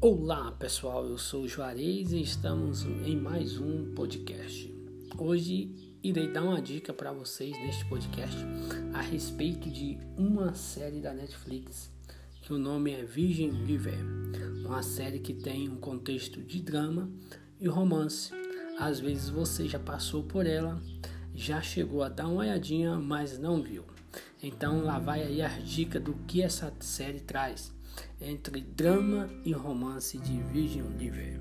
Olá pessoal, eu sou o Juarez e estamos em mais um podcast. Hoje irei dar uma dica para vocês neste podcast a respeito de uma série da Netflix que o nome é Virgin River, uma série que tem um contexto de drama e romance. Às vezes você já passou por ela, já chegou a dar uma olhadinha, mas não viu. Então lá vai aí a dica do que essa série traz entre drama e romance de Virgin River.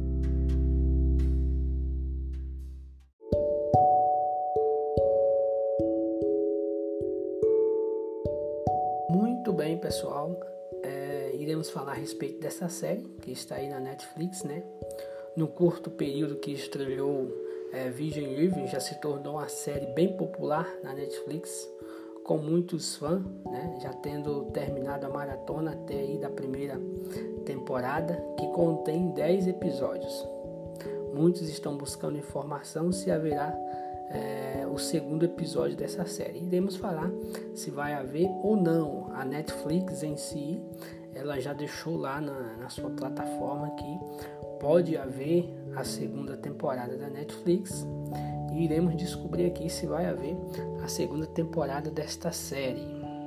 Muito bem, pessoal, iremos falar a respeito dessa série que está aí na Netflix, né? No curto período que estreou, Virgin River já se tornou uma série bem popular na Netflix, com muitos fãs, né, já tendo terminado a maratona até aí da primeira temporada, que contém 10 episódios. Muitos estão buscando informação se haverá o segundo episódio dessa série. Iremos falar se vai haver ou não. A Netflix em si, ela já deixou lá na sua plataforma que pode haver a segunda temporada da Netflix. E iremos descobrir aqui se vai haver a segunda temporada desta série.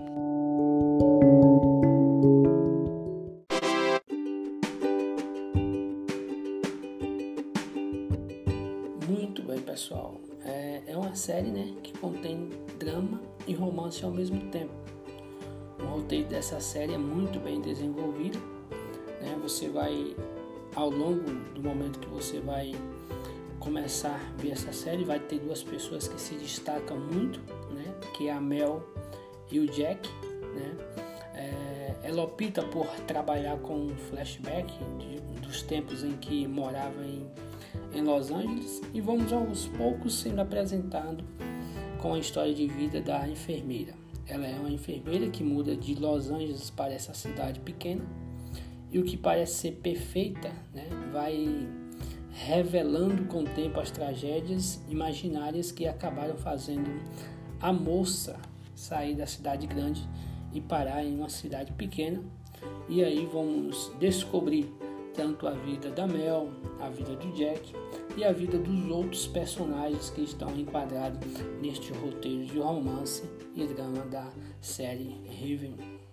Muito bem, pessoal. É uma série, né, que contém drama e romance ao mesmo tempo. O roteiro dessa série é muito bem desenvolvido, né? Você vai, ao longo do momento que você vai começar a ver essa série, vai ter duas pessoas que se destacam muito, né? Que é a Mel e o Jack, né? Ela opta por trabalhar com um flashback dos tempos em que morava em Los Angeles, e vamos aos poucos sendo apresentado com a história de vida da enfermeira. Ela é uma enfermeira que muda de Los Angeles para essa cidade pequena, e o que parece ser perfeita, né, vai revelando com o tempo as tragédias imaginárias que acabaram fazendo a moça sair da cidade grande e parar em uma cidade pequena. E aí vamos descobrir tanto a vida da Mel, a vida do Jack e a vida dos outros personagens que estão enquadrados neste roteiro de romance e drama da série Riven.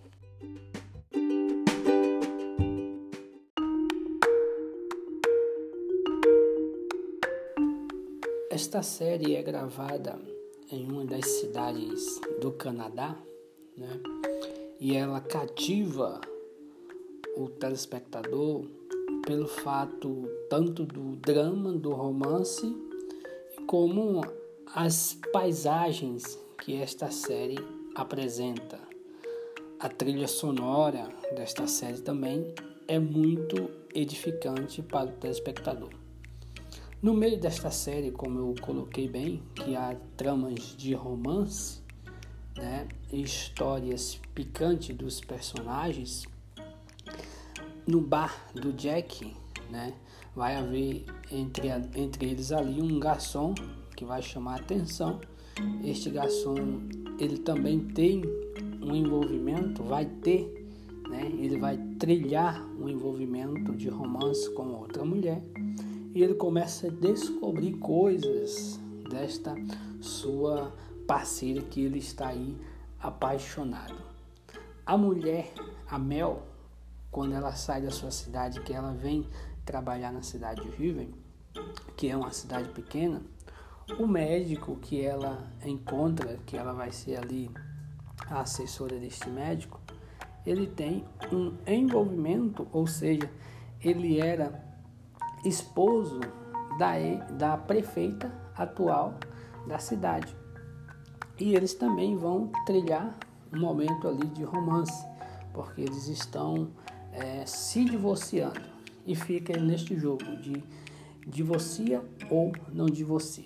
Esta série é gravada em uma das cidades do Canadá, né? E ela cativa o telespectador pelo fato tanto do drama, do romance, como as paisagens que esta série apresenta. A trilha sonora desta série também é muito edificante para o telespectador. No meio desta série, como eu coloquei bem, que há tramas de romance, né, histórias picantes dos personagens. No bar do Jack, né, vai haver entre eles ali um garçom que vai chamar a atenção. Este garçom, ele também tem um envolvimento, ele vai trilhar um envolvimento de romance com outra mulher. E ele começa a descobrir coisas desta sua parceira que ele está aí apaixonado. A mulher, a Mel, quando ela sai da sua cidade, que ela vem trabalhar na cidade de Riven, que é uma cidade pequena, o médico que ela encontra, que ela vai ser ali a assessora deste médico, ele tem um envolvimento, ou seja, ele era esposo da prefeita atual da cidade. E eles também vão trilhar um momento ali de romance, porque eles estão se divorciando. E fica neste jogo de divorcia ou não divorcia.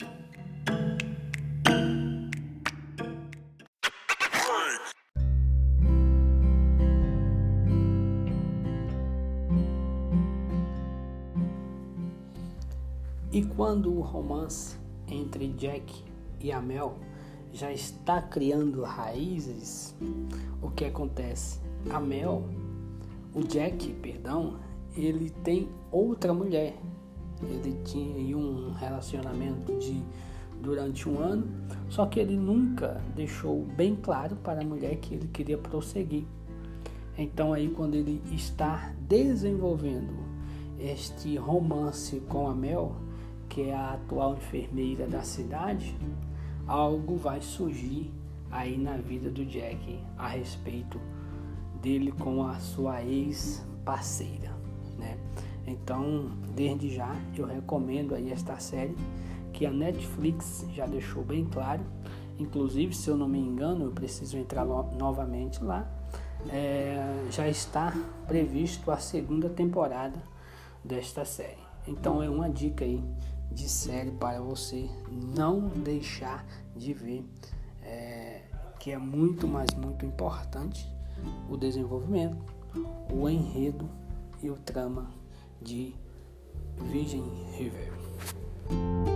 E quando o romance entre Jack e a Mel já está criando raízes, o que acontece? O Jack, ele tem outra mulher. Ele tinha aí um relacionamento durante um ano, só que ele nunca deixou bem claro para a mulher que ele queria prosseguir. Então aí quando ele está desenvolvendo este romance com a Mel, que é a atual enfermeira da cidade, algo vai surgir aí na vida do Jack a respeito dele com a sua ex-parceira, né? Então, desde já, eu recomendo aí esta série que a Netflix já deixou bem claro. Inclusive, se eu não me engano, eu preciso entrar novamente lá. Já está previsto a segunda temporada desta série. Então, é uma dica aí de série para você não deixar de ver, que é muito, mas muito importante o desenvolvimento, o enredo e o trama de Virgin River.